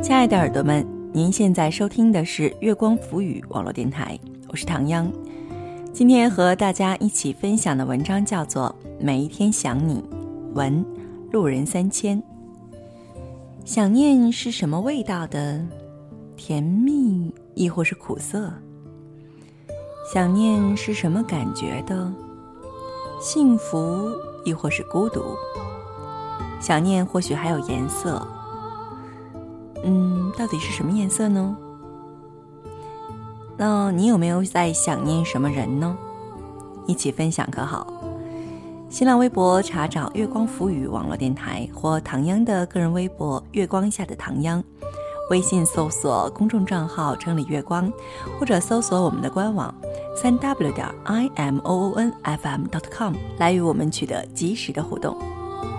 亲爱的耳朵们，您现在收听的是月光浮语网络电台，我是唐央。今天和大家一起分享的文章叫做《每一天想你》，文路人3000。想念是什么味道的？甜蜜亦或是苦涩？想念是什么感觉的？幸福亦或是孤独？想念或许还有颜色，到底是什么颜色呢？那你有没有在想念什么人呢？一起分享可好？新浪微博查找月光浮语网络电台或唐央的个人微博月光下的唐央，微信搜索公众账号城里月光，或者搜索我们的官网3w.imoonfm.com 来与我们取得及时的互动。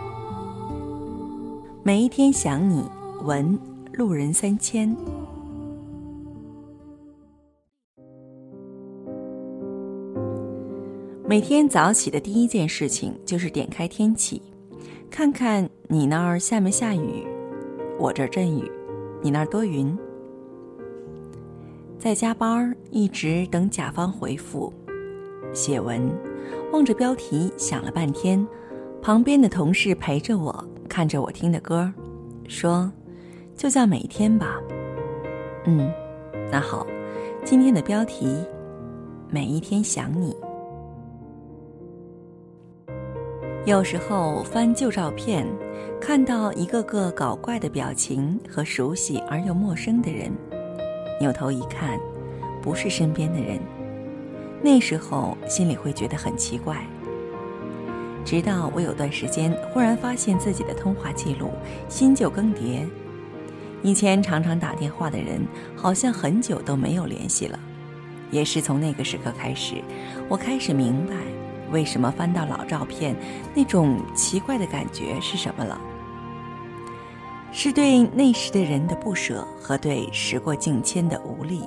每一天想你，文路人3000。每天早起的第一件事情就是点开天气，看看你那儿下没下雨，我这儿阵雨，你那儿多云。在加班，一直等甲方回复，写文，望着标题想了半天，旁边的同事陪着我，看着我听的歌，说就叫每一天吧。那好，今天的标题每一天想你。有时候翻旧照片，看到一个个搞怪的表情和熟悉而又陌生的人，扭头一看，不是身边的人，那时候心里会觉得很奇怪。直到我有段时间忽然发现自己的通话记录新旧更迭，以前常常打电话的人好像很久都没有联系了。也是从那个时刻开始，我开始明白为什么翻到老照片那种奇怪的感觉是什么了。是对那时的人的不舍和对时过境迁的无力。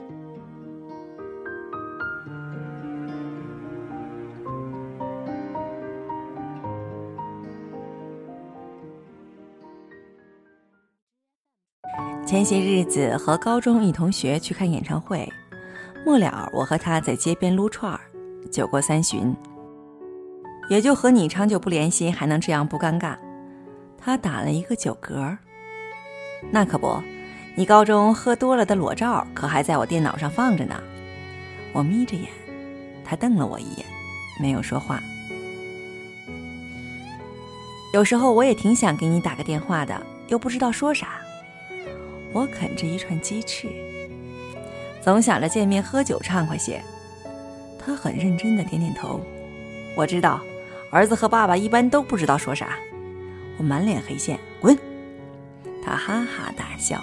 前些日子和高中一同学去看演唱会，末了我和他在街边撸串儿，酒过三巡，也就和你长久不联系还能这样不尴尬。他打了一个酒嗝。那可不，你高中喝多了的裸照可还在我电脑上放着呢。我眯着眼，他瞪了我一眼，没有说话。有时候我也挺想给你打个电话的，又不知道说啥。我啃着一串鸡翅，总想着见面喝酒畅快些。他很认真地点点头。我知道，儿子和爸爸一般都不知道说啥。我满脸黑线，滚！他哈哈大笑。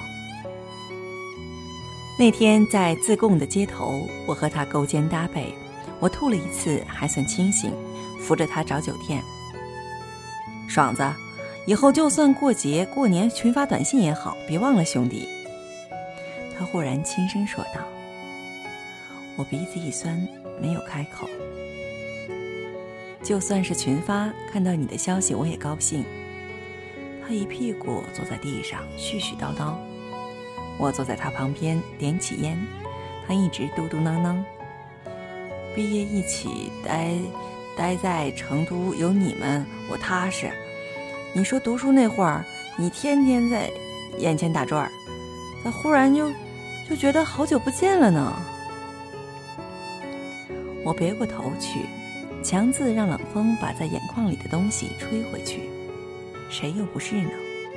那天在自贡的街头，我和他勾肩搭背，我吐了一次还算清醒，扶着他找酒店。爽子，以后就算过节过年群发短信也好，别忘了兄弟。他忽然轻声说道。我鼻子一酸，没有开口。就算是群发，看到你的消息我也高兴。他一屁股坐在地上絮絮叨叨，我坐在他旁边点起烟，他一直嘟嘟囔囔。毕业一起待在成都，有你们我踏实。你说读书那会儿，你天天在眼前打转儿，咋忽然就觉得好久不见了呢？我别过头去，强自让冷风把在眼眶里的东西吹回去，谁又不是呢？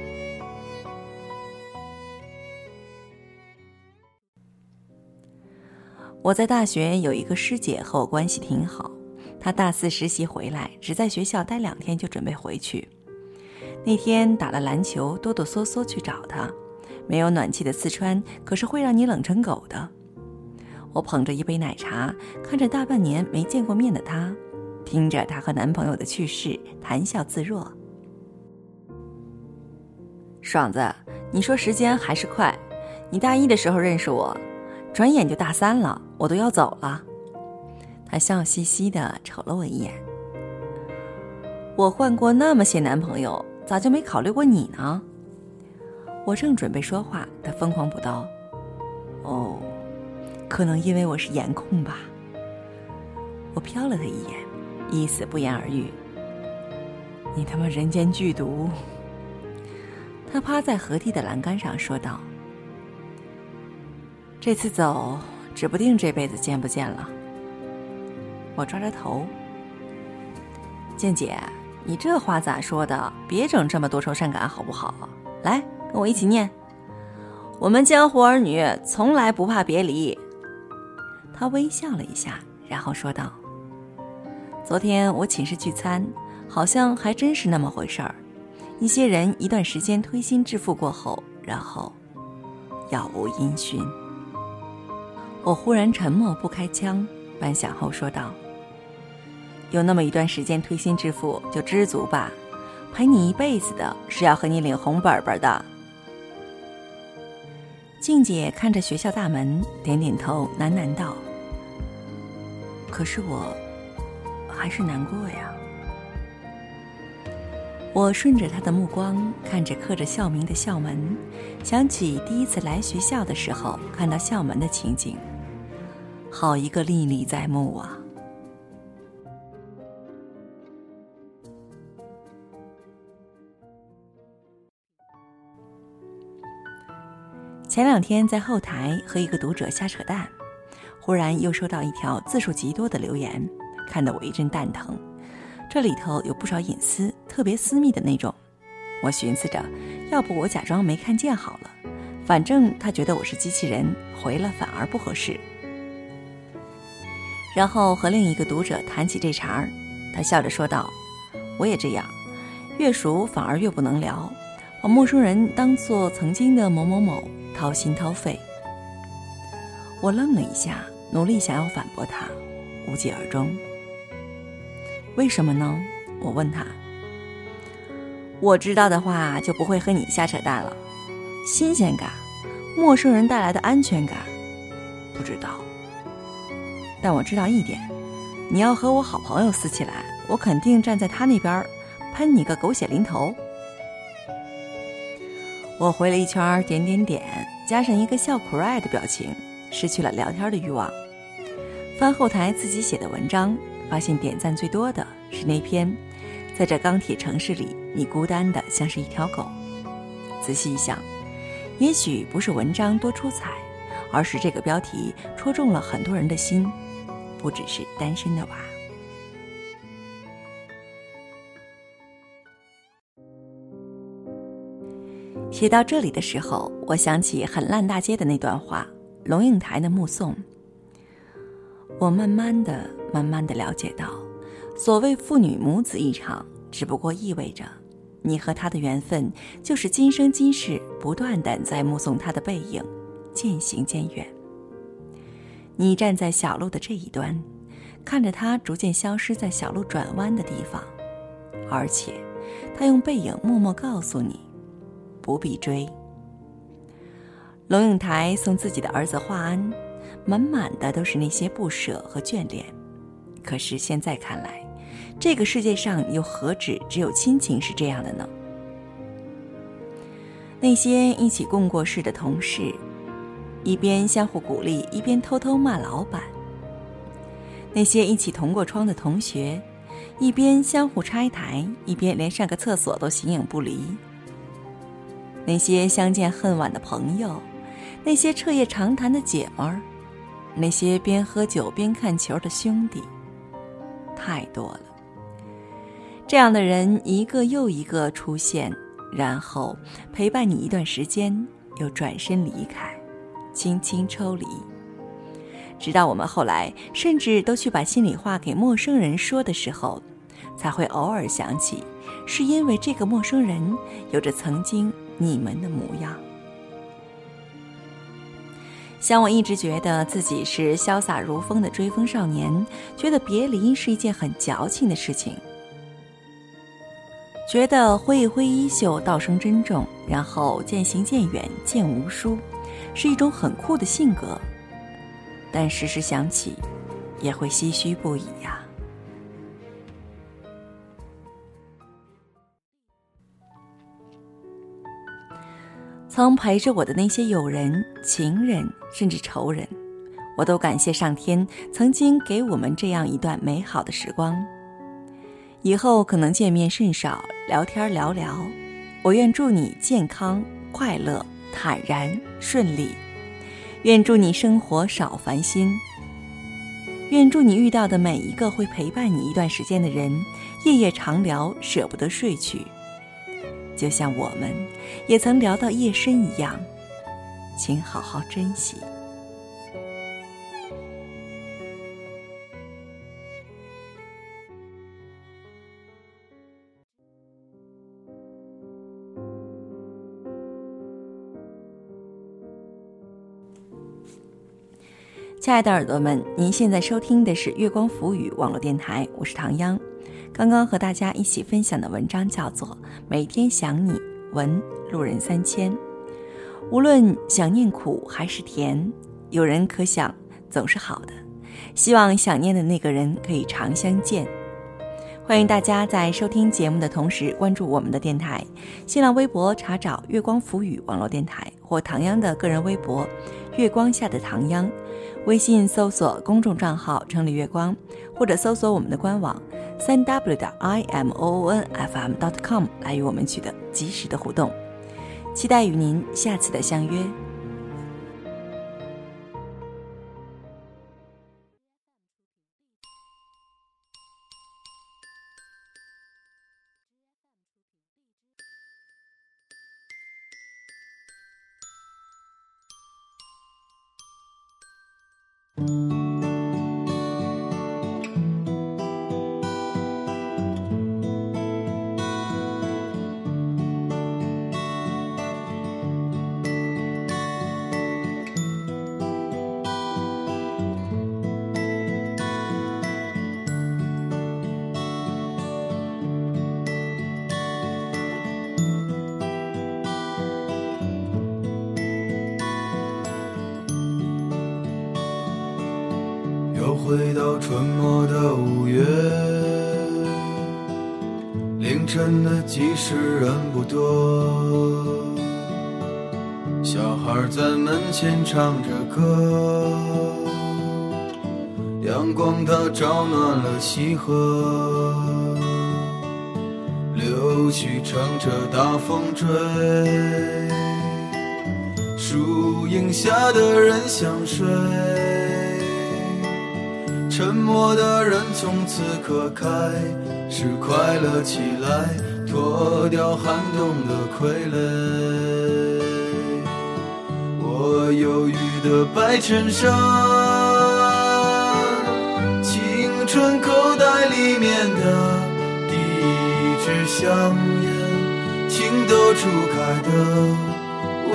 我在大学有一个师姐和我关系挺好，她大4实习回来，只在学校待2天就准备回去。那天打了篮球，哆哆嗦嗦去找她，没有暖气的四川可是会让你冷成狗的。我捧着一杯奶茶，看着大半年没见过面的她，听着她和男朋友的趣事，谈笑自若。爽子，你说时间还是快，你大1的时候认识我，转眼就大3了，我都要走了。她笑嘻嘻地瞅了我一眼。我换过那么些男朋友，咋就没考虑过你呢？ 我正准备说话，他疯狂补刀：哦，可能因为我是颜控吧。我瞟了他一眼，意思不言而喻。你他妈人间剧毒！他趴在河堤的栏杆上说道：这次走，指不定这辈子见不见了。我抓着头：静姐，你这话咋说的？别整这么多愁善感好不好？来，跟我一起念：我们江湖儿女从来不怕别离。他微笑了一下，然后说道：昨天我寝室聚餐，好像还真是那么回事儿。一些人一段时间推心置腹过后，然后杳无音讯。我忽然沉默不开腔，半晌后说道：有那么一段时间推心置腹就知足吧，陪你一辈子的是要和你领红本本的。静姐看着学校大门，点点头，喃喃道：可是我还是难过呀。我顺着她的目光看着刻着校名的校门，想起第一次来学校的时候看到校门的情景，好一个历历在目啊。前2天在后台和一个读者瞎扯淡，忽然又收到一条字数极多的留言，看得我一阵蛋疼。这里头有不少隐私，特别私密的那种。我寻思着，要不我假装没看见好了，反正他觉得我是机器人，回了反而不合适。然后和另一个读者谈起这茬儿，他笑着说道：我也这样，越熟反而越不能聊，把陌生人当作曾经的某某某，掏心掏肺。我愣了一下，努力想要反驳他，无疾而终。为什么呢？我问他。我知道的话就不会和你瞎扯淡了。新鲜感，陌生人带来的安全感，不知道。但我知道一点，你要和我好朋友撕起来，我肯定站在他那边，喷你个狗血淋头。我回了一圈，点点点，加上一个笑 cry 的表情，失去了聊天的欲望。翻后台自己写的文章，发现点赞最多的是那篇在这钢铁城市里，你孤单的像是一条狗。仔细一想，也许不是文章多出彩，而是这个标题戳中了很多人的心，不只是单身的娃。写到这里的时候，我想起很烂大街的那段话，龙应台的目送。我慢慢的了解到，所谓父女母子一场，只不过意味着你和他的缘分就是今生今世不断地在目送他的背影渐行渐远。你站在小路的这一端，看着他逐渐消失在小路转弯的地方，而且他用背影默默告诉你不必追。龙应台送自己的儿子华安，满满的都是那些不舍和眷恋。可是现在看来，这个世界上又何止只有亲情是这样的呢？那些一起共过事的同事，一边相互鼓励，一边偷偷骂老板；那些一起同过窗的同学，一边相互拆台，一边连上个厕所都形影不离；那些相见恨晚的朋友，那些彻夜长谈的姐们儿，那些边喝酒边看球的兄弟，太多了。这样的人一个又一个出现，然后陪伴你一段时间，又转身离开，轻轻抽离。直到我们后来甚至都去把心里话给陌生人说的时候，才会偶尔想起，是因为这个陌生人有着曾经你们的模样。像我一直觉得自己是潇洒如风的追风少年，觉得别离是一件很矫情的事情，觉得挥一挥衣袖，道声珍重，然后渐行渐远，渐无书，是一种很酷的性格。但时时想起，也会唏嘘不已呀。 曾陪着我的那些友人、情人，甚至仇人，我都感谢上天曾经给我们这样一段美好的时光。以后可能见面甚少，聊天寥寥，我愿祝你健康、快乐、坦然、顺利，愿祝你生活少烦心，愿祝你遇到的每一个会陪伴你一段时间的人，夜夜长聊，舍不得睡去，就像我们也曾聊到夜深一样，请好好珍惜。亲爱的耳朵们，您现在收听的是月光浮语网络电台，我是唐央。刚刚和大家一起分享的文章叫做《每天想你》，文路人3000。无论想念苦还是甜，有人可想总是好的，希望想念的那个人可以常相见。欢迎大家在收听节目的同时关注我们的电台，新浪微博查找月光浮语网络电台或唐央的个人微博月光下的唐央，微信搜索公众账号城里月光，或者搜索我们的官网3w.imoonfm.com 来与我们取得及时的互动，期待与您下次的相约。 又回到春末的5月，凌晨的集市人不多，小孩在门前唱着歌，阳光它照暖了溪河，柳絮乘着大风追，树荫下的人想睡，沉默的人从此刻开始快乐起来，脱掉寒冬的傀儡。我忧郁的白衬衫，青春口袋里面的第一支香烟，情窦初开的我，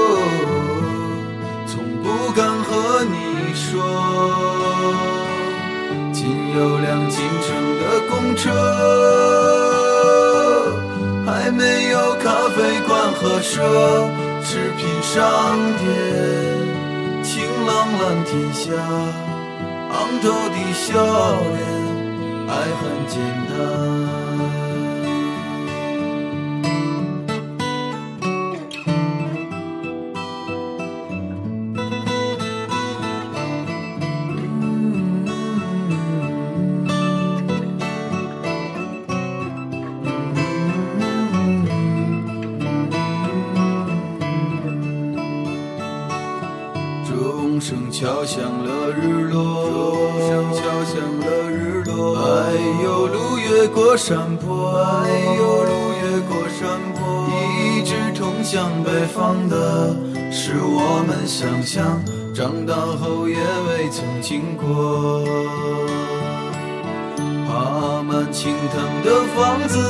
从不敢和你说。仅有辆进城的公车，还没有咖啡馆和奢侈品商店，晴朗蓝天下，昂头的笑脸，爱很简单。钟声敲响了日落，哎呦路越过山坡，一直通向北方的是我们想象，长大后也未曾经过。爬满青藤的房子，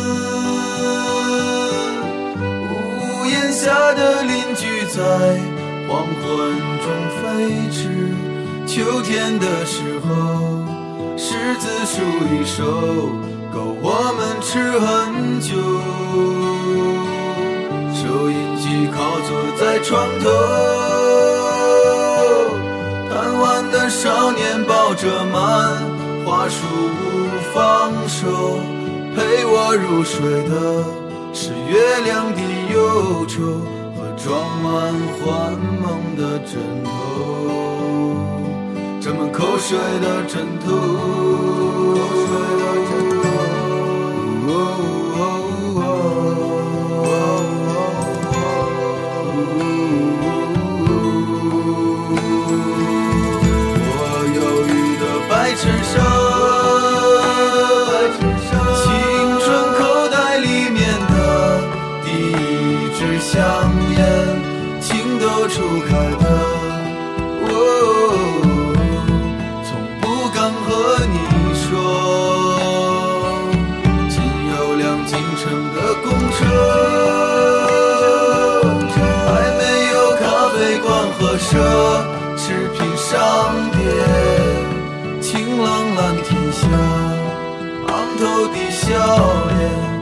屋檐下的邻居在黄昏中飞驰，秋天的时候柿子树一熟，够我们吃很久。收音机靠坐在床头，贪玩的少年抱着漫画书不放手，陪我入睡的是月亮的忧愁和装满幻梦的枕头，沾满口水的枕头，我忧郁的白衬衫，青春口袋里面的第一支香烟，情窦初开的，从不敢和你说，仅有辆进城的公车，还没有咖啡馆和奢侈品商店，晴朗蓝天下，昂头的笑脸。